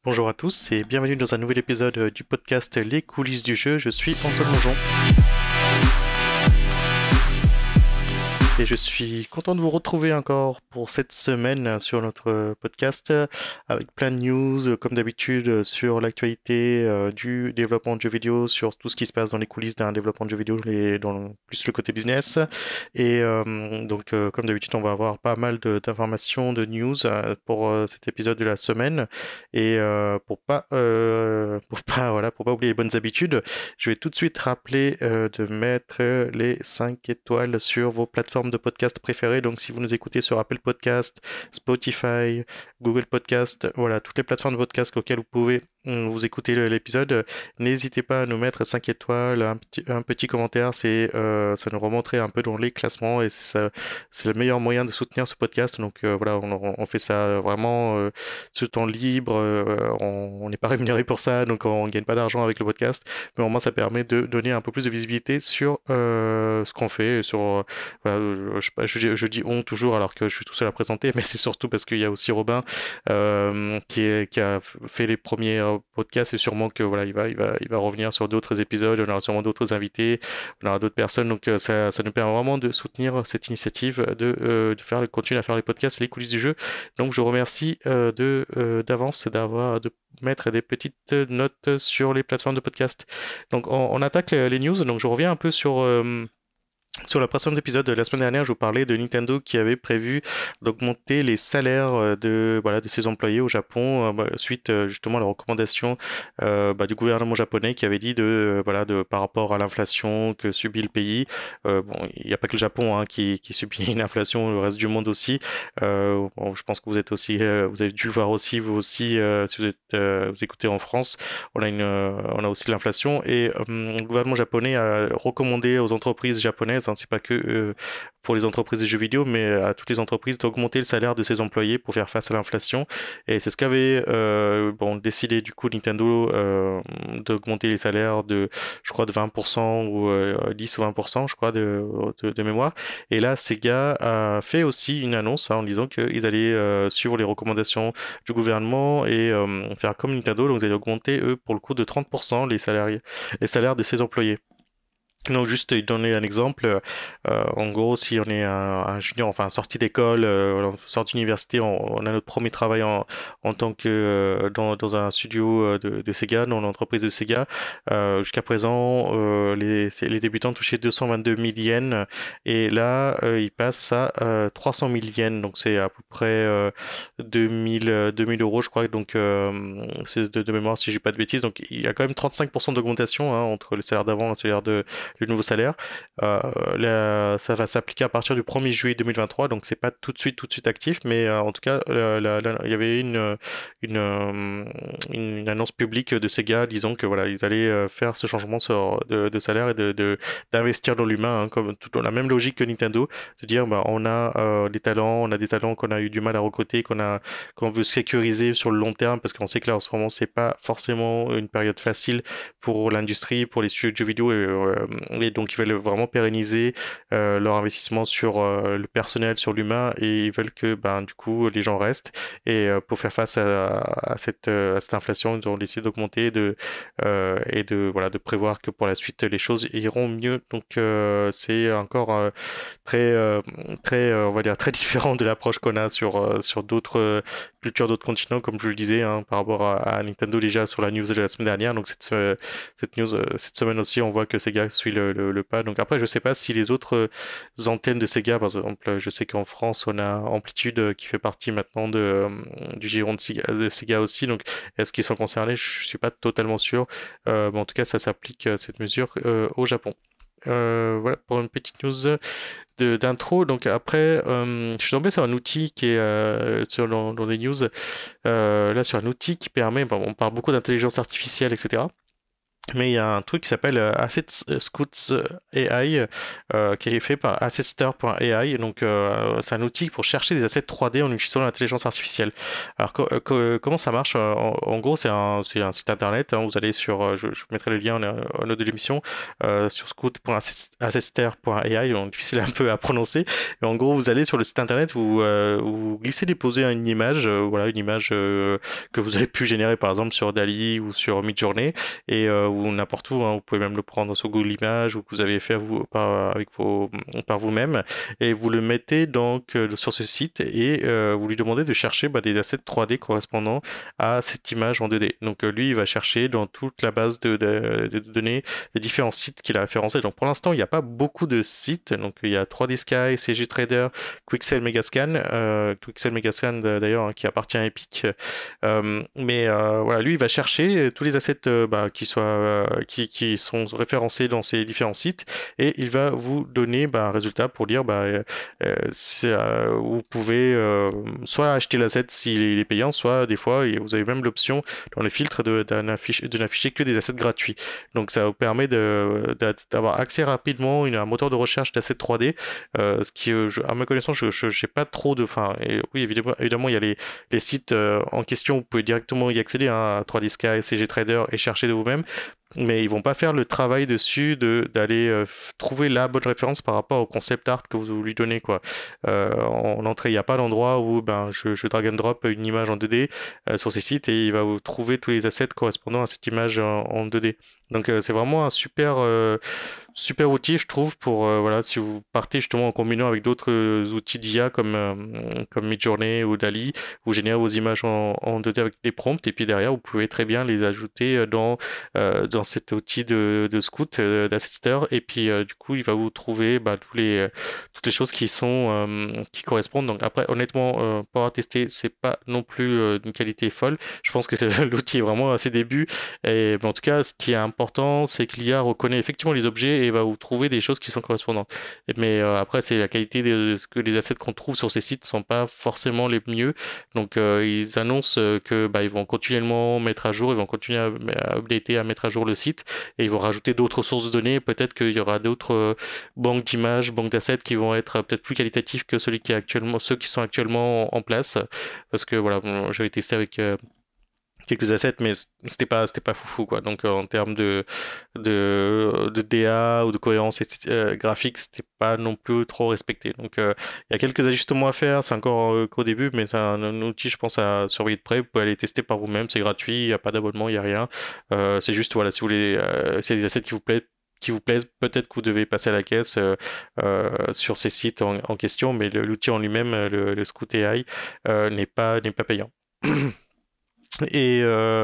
Bonjour à tous et bienvenue dans un nouvel épisode du podcast Les coulisses du jeu. Je suis Antoine Mongeon et je suis content de vous retrouver encore pour cette semaine sur notre podcast avec plein de news comme d'habitude sur l'actualité du développement de jeux vidéo, sur tout ce qui se passe dans les coulisses d'un développement de jeux vidéo et dans plus le côté business. Et donc comme d'habitude on va avoir pas mal d'informations, de news pour cet épisode de la semaine et pour pas oublier les bonnes habitudes. Je vais tout de suite rappeler de mettre les 5 étoiles sur vos plateformes de podcast préférées. Donc, si vous nous écoutez sur Apple Podcast, Spotify, Google Podcast, voilà, toutes les plateformes de podcast auxquelles vous pouvez vous écouter l'épisode, n'hésitez pas à nous mettre 5 étoiles, un petit commentaire, ça nous remonterait un peu dans les classements et c'est le meilleur moyen de soutenir ce podcast. Donc voilà, on fait ça vraiment sur le temps libre, on n'est pas rémunéré pour ça, donc on gagne pas d'argent avec le podcast, mais au moins ça permet de donner un peu plus de visibilité sur ce qu'on fait, voilà, je dis on toujours alors que je suis tout seul à présenter, mais c'est surtout parce qu'il y a aussi Robin qui a fait les premiers podcasts et sûrement que voilà, il va revenir sur d'autres épisodes, on aura sûrement d'autres invités, on aura d'autres personnes, donc ça nous permet vraiment de soutenir cette initiative de continuer à faire les podcasts et les coulisses du jeu. Donc je vous remercie d'avance de mettre des petites notes sur les plateformes de podcast. Donc on attaque les news. Donc je reviens un peu sur la précédente épisode de la semaine dernière. Je vous parlais de Nintendo qui avait prévu d'augmenter les salaires de ses employés au Japon suite justement à la recommandation du gouvernement japonais qui avait dit de par rapport à l'inflation que subit le pays. Bon, il n'y a pas que le Japon qui subit une inflation, le reste du monde aussi. Bon, je pense que vous avez dû le voir aussi vous aussi si vous écoutez en France. On a aussi de l'inflation et le gouvernement japonais a recommandé aux entreprises japonaises, c'est pas que pour les entreprises de jeux vidéo, mais à toutes les entreprises d'augmenter le salaire de ses employés pour faire face à l'inflation. Et c'est ce qu'avait décidé du coup Nintendo d'augmenter les salaires je crois, de 20% ou 10 ou 20%, je crois, de mémoire. Et là, Sega a fait aussi une annonce en disant qu'ils allaient suivre les recommandations du gouvernement et faire comme Nintendo, donc ils allaient augmenter eux pour le coup de 30% les salaires de ses employés. Donc juste donner un exemple, en gros si on est un junior, enfin sorti d'école, sorti d'université, on a notre premier travail en tant que dans un studio de Sega, dans l'entreprise de Sega. Jusqu'à présent, les débutants touchaient 222 000 yens et là ils passent à 300 000 yens, donc c'est à peu près 2000 euros je crois. Donc c'est de mémoire si j'ai pas de bêtises. Donc il y a quand même 35% d'augmentation entre le salaire d'avant et le nouveau salaire. Ça va s'appliquer à partir du 1er juillet 2023, donc c'est pas tout de suite actif, mais en tout cas, il y avait une, euh, une annonce publique de Sega disant que voilà, ils allaient faire ce changement de salaire et d'investir dans l'humain, comme tout dans la même logique que Nintendo, de dire bah, on a des talents, on a des talents qu'on a eu du mal à recruter, qu'on veut sécuriser sur le long terme, parce qu'on sait que là en ce moment c'est pas forcément une période facile pour l'industrie, pour les studios de jeux vidéo et donc ils veulent vraiment pérenniser leur investissement sur le personnel, sur l'humain et ils veulent que ben du coup les gens restent et pour faire face à cette inflation ils ont décidé d'augmenter et de voilà de prévoir que pour la suite les choses iront mieux. Donc c'est encore très on va dire très différent de l'approche qu'on a sur d'autres cultures, d'autres continents, comme je le disais par rapport à Nintendo déjà sur la news de la semaine dernière. Donc cette news cette semaine aussi, on voit que Sega suit le pas. Donc après, je sais pas si les autres antennes de Sega, par exemple, je sais qu'en France, on a Amplitude qui fait partie maintenant du giron de Sega aussi. Donc est-ce qu'ils sont concernés? Je suis pas totalement sûr. Mais en tout cas, ça s'applique cette mesure au Japon. Voilà pour une petite news d'intro. Donc après, je suis tombé sur un outil qui est dans les news. Là, sur un outil qui permet, bon, on parle beaucoup d'intelligence artificielle, etc. Mais il y a un truc qui s'appelle Asset Scouts AI qui est fait par assetstar.ai. Donc, c'est un outil pour chercher des assets 3D en utilisant l'intelligence artificielle. Alors, comment ça marche? En gros, c'est un site internet, hein. Vous allez sur, je mettrai le lien en note de l'émission, sur scout.assetstar.ai, donc difficile un peu à prononcer. Et en gros, vous allez sur le site internet, vous glissez, déposez une image, voilà, une image que vous avez pu générer par exemple sur Dali ou sur Midjourney ou n'importe où, hein. Vous pouvez même le prendre sur Google Images ou que vous avez fait par vous-même et vous le mettez donc sur ce site et vous lui demandez de chercher des assets 3D correspondant à cette image en 2D. Donc lui, il va chercher dans toute la base de données les différents sites qu'il a référencés. Donc pour l'instant, il n'y a pas beaucoup de sites. Donc il y a 3D Sky, CG Trader, Quixel Megascan, Quixel Megascan d'ailleurs hein, qui appartient à Epic. Mais voilà, lui, il va chercher tous les assets qui sont référencés dans ces différents sites et il va vous donner un résultat pour dire vous pouvez soit acheter l'asset s'il est payant, soit des fois vous avez même l'option dans les filtres de n'afficher que des assets gratuits. Donc ça vous permet d'avoir accès rapidement à un moteur de recherche d'assets 3D, ce qui, à ma connaissance, je n'ai pas trop de... Enfin, oui, évidemment, il y a les sites en question, vous pouvez directement y accéder hein, à 3D Sky, CG Trader et chercher de vous-même. Mais ils vont pas faire le travail dessus d'aller trouver la bonne référence par rapport au concept art que vous lui donnez quoi. En entrée, il n'y a pas d'endroit où je drag and drop une image en 2D sur ces sites et il va vous trouver tous les assets correspondant à cette image en 2D. Donc c'est vraiment un super outil, je trouve, pour voilà, si vous partez justement en combinant avec d'autres outils d'IA comme Midjourney ou Dali, vous générez vos images en 2D avec des prompts et puis derrière vous pouvez très bien les ajouter dans cet outil de scout, d'Assistor, et puis du coup il va vous trouver toutes les choses qui correspondent. Donc après honnêtement pour avoir testé c'est pas non plus d'une qualité folle. Je pense que l'outil est vraiment à ses débuts mais en tout cas ce qui est important c'est que l'IA reconnaît effectivement les objets et va vous trouver des choses qui sont correspondantes. Mais après c'est la qualité de ce que les assets qu'on trouve sur ces sites sont pas forcément les mieux. Donc ils annoncent que ils vont continuellement mettre à jour, ils vont continuer à updater, à mettre à jour le site et ils vont rajouter d'autres sources de données. Peut-être qu'il y aura d'autres banques d'images, banques d'assets qui vont être peut-être plus qualitatifs que ceux qui sont actuellement en place. Parce que voilà, bon, j'avais testé avec quelques assets, mais c'était pas foufou quoi. Donc en termes de DA ou de cohérence graphique, c'était pas non plus trop respecté. Donc il y a quelques ajustements à faire, c'est encore qu'au début, mais c'est un outil, je pense, à surveiller de près. Vous pouvez aller tester par vous-même, c'est gratuit, il n'y a pas d'abonnement, il n'y a rien. C'est juste voilà, si vous voulez, s'il y a des assets qui vous plaisent, peut-être que vous devez passer à la caisse sur ces sites en question, mais l'outil en lui-même, le Scout AI, n'est pas payant. Et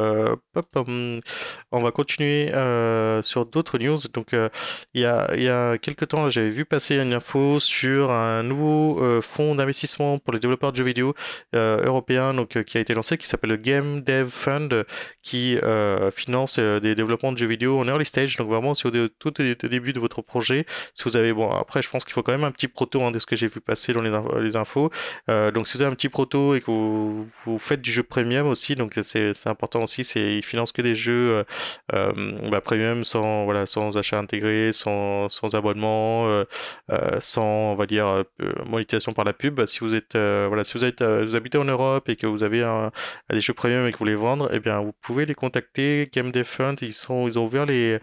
on va continuer sur d'autres news. Donc, il y a quelques temps, j'avais vu passer une info sur un nouveau fonds d'investissement pour les développeurs de jeux vidéo européens, donc qui a été lancé, qui s'appelle le Game Dev Fund, qui finance des développements de jeux vidéo en early stage. Donc vraiment, si tout est au début de votre projet, si vous avez, bon, après, je pense qu'il faut quand même un petit proto hein, de ce que j'ai vu passer dans les infos. Donc, si vous avez un petit proto et que vous faites du jeu premium aussi, donc c'est important aussi, ils financent que des jeux premium sans achat intégré, sans abonnement, sans on va dire monétisation par la pub. Si vous êtes vous habitez en Europe et que vous avez des jeux premium et que vous voulez vendre, eh bien vous pouvez les contacter. Game Dev Fund, ils ont ouvert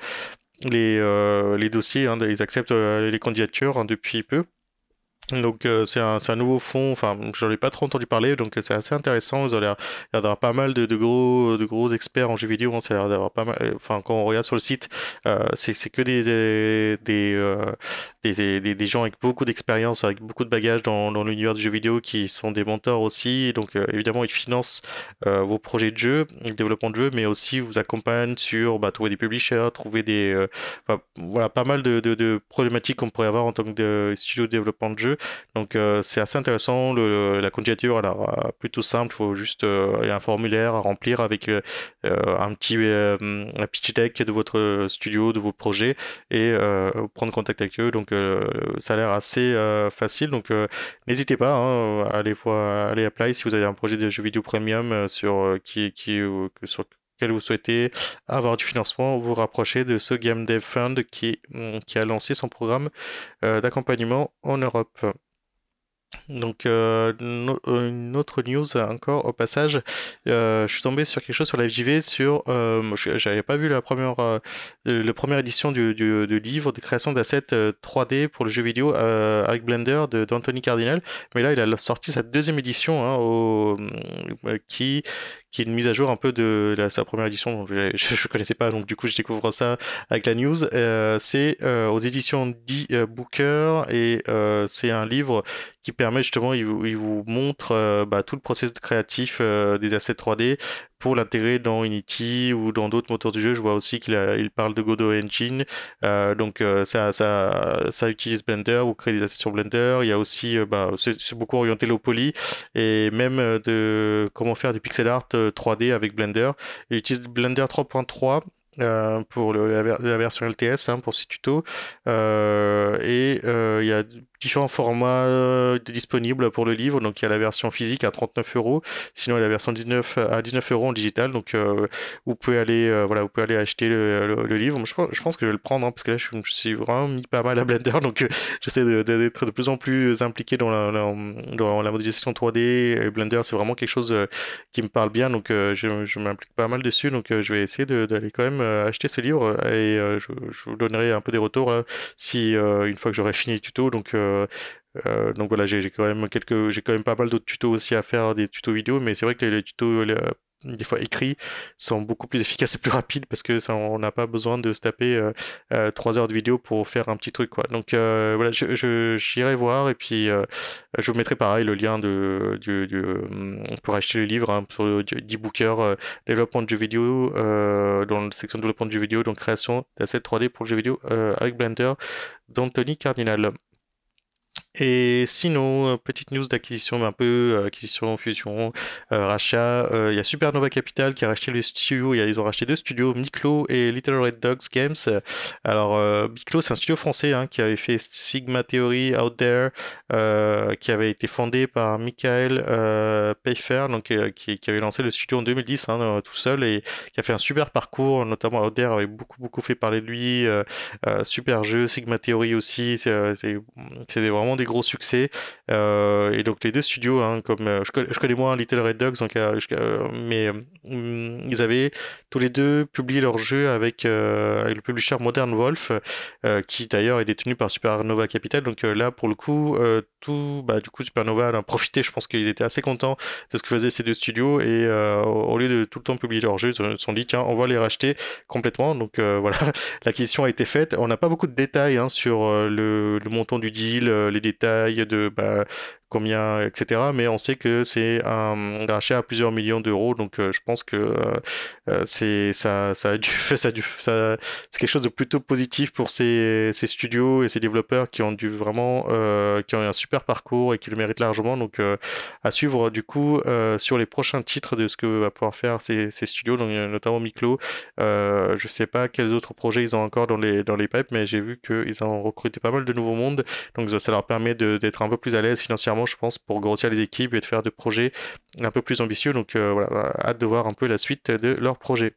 les dossiers, hein, ils acceptent les candidatures hein, depuis peu. Donc c'est un nouveau fonds, enfin j'en ai pas trop entendu parler, donc c'est assez intéressant. Ils ont l'air d'avoir pas mal de gros experts en jeux vidéo, hein, ça a l'air d'avoir pas mal. Enfin quand on regarde sur le site, c'est que des gens avec beaucoup d'expérience, avec beaucoup de bagages dans l'univers du jeu vidéo qui sont des mentors aussi. Donc évidemment ils financent vos projets de jeu, le développement de jeu, mais aussi vous accompagnent sur trouver des publishers, trouver enfin, voilà pas mal de problématiques qu'on pourrait avoir en tant que studio de développement de jeu. Donc c'est assez intéressant. La candidature, elle a plutôt simple. Il faut juste il y a un formulaire à remplir avec un pitch deck de votre studio, de vos projets et prendre contact avec eux. Donc ça a l'air assez facile. Donc n'hésitez pas à aller apply si vous avez un projet de jeu vidéo premium sur auquel vous souhaitez avoir du financement, vous rapprocher de ce Game Dev Fund qui a lancé son programme d'accompagnement en Europe. Donc, une autre news encore au passage, je suis tombé sur quelque chose sur la FJV j'avais pas vu la première édition du livre de création d'assets 3D pour le jeu vidéo avec Blender d'Anthony Cardinal, mais là il a sorti sa deuxième édition hein, qui est une mise à jour un peu sa première édition, donc je connaissais pas, donc du coup je découvre ça avec la news. C'est aux éditions D. Booker et c'est un livre qui permet justement, il vous montre tout le process créatif des assets 3D pour l'intégrer dans Unity ou dans d'autres moteurs de jeu. Je vois aussi il parle de Godot Engine, ça utilise Blender, vous créez des assets sur Blender. Il y a aussi, c'est beaucoup orienté low poly et même de comment faire du pixel art 3D avec Blender. Il utilise Blender 3.3 pour la version LTS hein, pour ces tutos. Il y a différents formats disponibles pour le livre. Donc il y a la version physique à 39 €, sinon il y a la version 19 à 19 € en digital. Donc vous pouvez aller acheter le livre. Moi, je pense que je vais le prendre hein, parce que là je suis vraiment mis pas mal à Blender. Donc j'essaie d'être de plus en plus impliqué dans la modélisation 3D. Et Blender, c'est vraiment quelque chose qui me parle bien. Donc je m'implique pas mal dessus. Donc je vais essayer d'aller quand même acheter ce livre et je vous donnerai un peu des retours là, si une fois que j'aurai fini le tuto. Donc voilà, j'ai quand même pas mal d'autres tutos aussi à faire, des tutos vidéo, mais c'est vrai que les tutos des fois écrits sont beaucoup plus efficaces et plus rapides parce que on n'a pas besoin de se taper 3 heures de vidéo pour faire un petit truc quoi. Donc voilà, j'irai voir et puis je vous mettrai pareil le lien pour acheter le livre hein, sur le d'e-booker développement de jeux vidéo dans la section de développement de jeux vidéo, donc création d'assets 3D pour le jeu vidéo avec Blender d'Anthony Cardinal. Et sinon, petite news d'acquisition, mais un peu acquisition, fusion, rachat. Il y a Supernova Capital qui a racheté le studio. Ils ont racheté deux studios, Miklo et Little Red Dogs Games. Alors, Miklo, c'est un studio français hein, qui avait fait Sigma Theory Out There, qui avait été fondé par Michael Pfeiffer, donc qui avait lancé le studio en 2010 hein, tout seul et qui a fait un super parcours, notamment Out There avait beaucoup fait parler de lui. Super jeu, Sigma Theory aussi. C'est vraiment des gros succès. Et donc les deux studios, hein, comme je connais moins Little Red Dogs, donc, ils avaient tous les deux publié leur jeu avec le publisher Modern Wolf, qui d'ailleurs est détenu par Supernova Capital. Donc là, pour le coup, du coup, Supernova en a profité. Je pense qu'ils étaient assez contents de ce que faisaient ces deux studios et au lieu de tout le temps publier leurs jeux, ils se sont dit tiens, on va les racheter complètement. Donc voilà, l'acquisition a été faite. On n'a pas beaucoup de détails hein, sur le montant du deal, les détails de combien, etc. Mais on sait que c'est un rachat à plusieurs millions d'euros. Donc je pense que ça a dû, c'est quelque chose de plutôt positif pour ces studios et ces développeurs qui ont dû vraiment, qui ont eu un super parcours et qui le méritent largement. Donc à suivre du coup sur les prochains titres de ce que va pouvoir faire ces studios, donc notamment Miklo. Je sais pas quels autres projets ils ont encore dans les pipes, mais j'ai vu qu'ils ont recruté pas mal de nouveaux mondes. Donc ça leur permet d'être un peu plus à l'aise financièrement, je pense, pour grossir les équipes et de faire des projets un peu plus ambitieux. Donc voilà, hâte de voir un peu la suite de leur projet.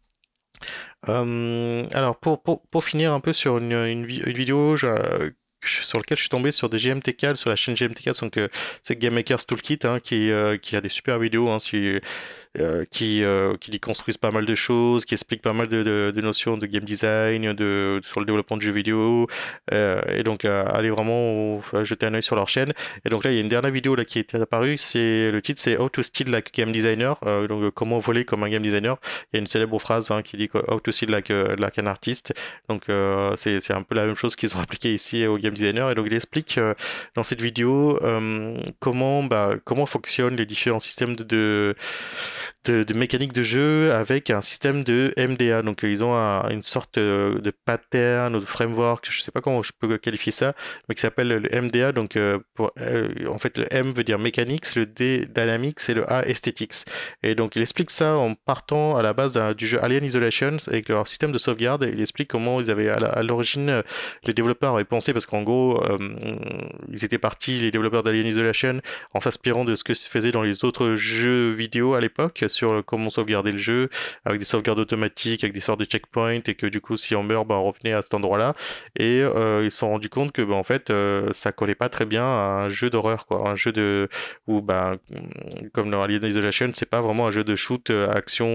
Alors pour finir un peu sur une vidéo sur laquelle je suis tombé sur des GMTK, sur la chaîne GMTK, donc c'est Game Maker's Toolkit hein, qui a des super vidéos hein, qui déconstruisent pas mal de choses, qui expliquent pas mal de notions de game design, sur le développement de jeux vidéo, et donc allez vraiment jeter un œil sur leur chaîne. Et donc là, il y a une dernière vidéo là qui est apparue, le titre c'est How to Steal Like a Game Designer, donc comment voler comme un game designer. Il y a une célèbre phrase hein, qui dit How to Steal like an artist. Donc c'est un peu la même chose qu'ils ont appliqué ici au game designer. Et donc il explique dans cette vidéo comment fonctionnent les différents systèmes de mécanique de jeu avec un système de MDA. Donc ils ont une sorte de pattern ou de framework, je sais pas comment je peux qualifier ça, mais qui s'appelle le MDA. Donc en fait le M veut dire mechanics, le D dynamics et le A aesthetics. Et donc il explique ça en partant à la base du jeu Alien Isolation avec leur système de sauvegarde. Il explique comment ils avaient à l'origine les développeurs avaient pensé, parce qu'en gros ils étaient partis, les développeurs d'Alien Isolation, en s'inspirant de ce que se faisait dans les autres jeux vidéo à l'époque sur comment sauvegarder le jeu, avec des sauvegardes automatiques, avec des sortes de checkpoints, et que du coup, si on meurt, bah, on revenait à cet endroit-là. Et ils se sont rendus compte que, bah, en fait, ça collait pas très bien à un jeu d'horreur, quoi. Un jeu de, où, bah, comme dans Alien Isolation, c'est pas vraiment un jeu de shoot action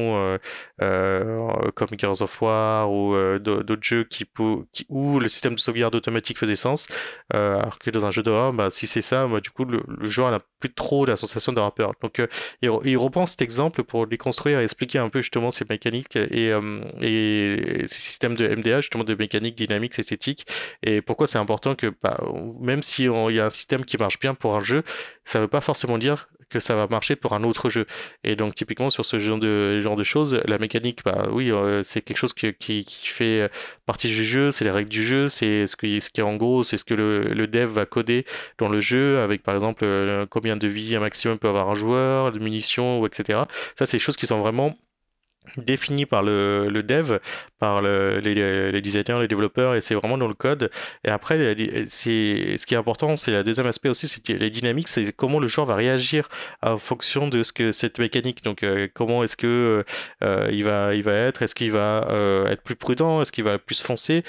comme Gears of War ou d'autres jeux où le système de sauvegarde automatique faisait sens. Alors que dans un jeu d'horreur, bah, si c'est ça, bah, du coup, le joueur n'a plus trop la sensation d'avoir peur. Donc, il reprend cet exemple pour déconstruire et expliquer un peu justement ces mécaniques et ces systèmes de MDA, justement de mécanique dynamique, esthétique, et pourquoi c'est important que bah, même si il y a un système qui marche bien pour un jeu, ça veut pas forcément dire que ça va marcher pour un autre jeu. Et donc typiquement sur ce genre de choses, la mécanique, bah oui, c'est quelque chose qui fait partie du jeu, c'est les règles du jeu, c'est ce qui est en gros, c'est ce que le dev va coder dans le jeu, avec par exemple combien de vies un maximum peut avoir un joueur, de munitions, ou etc. Ça, c'est des choses qui sont vraiment défini par le dev, par les designers, les développeurs, et c'est vraiment dans le code. Et après, ce qui est important, c'est le deuxième aspect aussi, c'est que les dynamiques, c'est comment le joueur va réagir en fonction de ce que cette mécanique. Donc, comment est-ce que il va être, est-ce qu'il va être plus prudent, est-ce qu'il va plus foncer,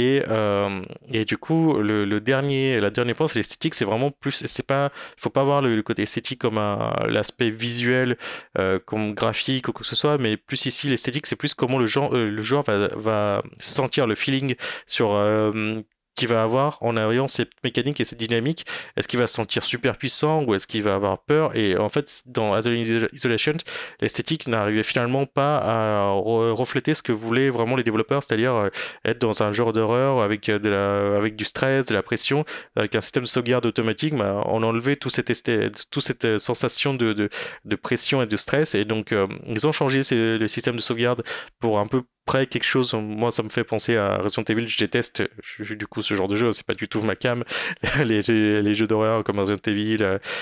et du coup, la dernière point, c'est l'esthétique, c'est vraiment plus, c'est pas, faut pas voir le côté esthétique comme l'aspect visuel comme graphique ou quoi que ce soit, mais plus ici l'esthétique, c'est plus comment le joueur va sentir le feeling sur qu'il va avoir en ayant cette mécanique et cette dynamique. Est-ce qu'il va se sentir super puissant ou est-ce qu'il va avoir peur? Et en fait, dans Alien Isolation, l'esthétique n'arrivait finalement pas à refléter ce que voulaient vraiment les développeurs, c'est-à-dire être dans un genre d'horreur avec avec du stress, de la pression, avec un système de sauvegarde automatique. Bah, on enlevait toute cette sensation de pression et de stress. Et donc, ils ont changé le système de sauvegarde pour un peu près quelque chose. Moi, ça me fait penser à Resident Evil. Je déteste du coup ce genre de jeu. C'est pas du tout ma cam. Les jeux d'horreur comme Resident Evil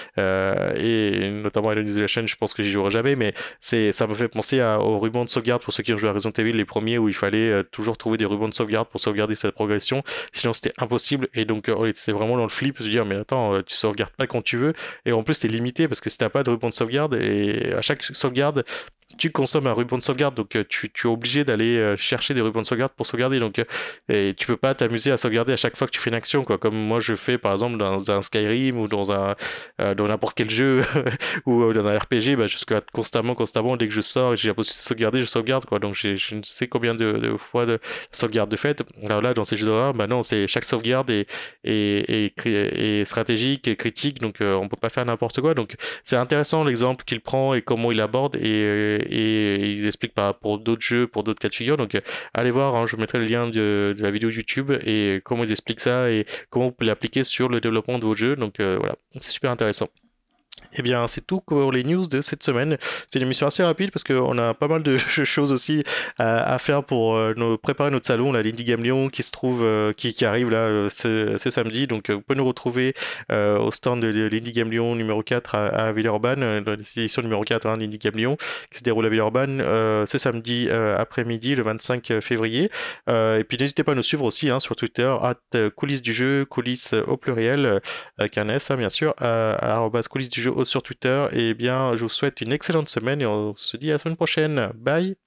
et notamment Alien Isolation, je pense que j'y jouerai jamais. Mais ça me fait penser au ruban de sauvegarde pour ceux qui ont joué à Resident Evil, les premiers où il fallait toujours trouver des rubans de sauvegarde pour sauvegarder sa progression. Sinon, c'était impossible. Et donc, c'est vraiment dans le flip de se dire, mais attends, tu sauvegardes pas quand tu veux. Et en plus, t'es limité parce que si t'as pas de ruban de sauvegarde, et à chaque sauvegarde, tu consommes un ruban de sauvegarde, donc tu es obligé d'aller chercher des rubans de sauvegarde pour sauvegarder. Donc, et tu peux pas t'amuser à sauvegarder à chaque fois que tu fais une action, quoi. Comme moi je fais par exemple dans un Skyrim ou dans n'importe quel jeu ou dans un RPG, bah, je sauvegarde constamment. Dès que je sors et j'ai la possibilité de sauvegarder, je sauvegarde, quoi. Donc je ne sais combien de fois de sauvegarde de fait. Alors là, dans ces jeux d'horreur, bah non, c'est chaque sauvegarde est stratégique et critique, donc on peut pas faire n'importe quoi. Donc c'est intéressant l'exemple qu'il prend et comment il aborde, et ils expliquent pour d'autres jeux, pour d'autres cas de figure. Donc allez voir, hein, je vous mettrai le lien de la vidéo YouTube et comment ils expliquent ça et comment vous pouvez l'appliquer sur le développement de vos jeux. Donc voilà, c'est super intéressant. Eh bien, c'est tout pour les news de cette semaine. C'est une émission assez rapide parce qu'on a pas mal de choses aussi à faire pour préparer notre salon, là, l'Indie Game Lyon, qui se trouve, qui arrive là ce samedi. Donc, vous pouvez nous retrouver au stand de l'Indie Game Lyon numéro 4 à Villeurbanne, dans l'édition numéro 4, hein, l'Indie Game Lyon, qui se déroule à Villeurbanne ce samedi après-midi, le 25 février. Et puis, n'hésitez pas à nous suivre aussi hein, sur Twitter, coulisses du jeu, coulisses au pluriel, avec un S, hein, bien sûr, coulisses du jeu sur Twitter. Et bien, je vous souhaite une excellente semaine et on se dit à la semaine prochaine. Bye!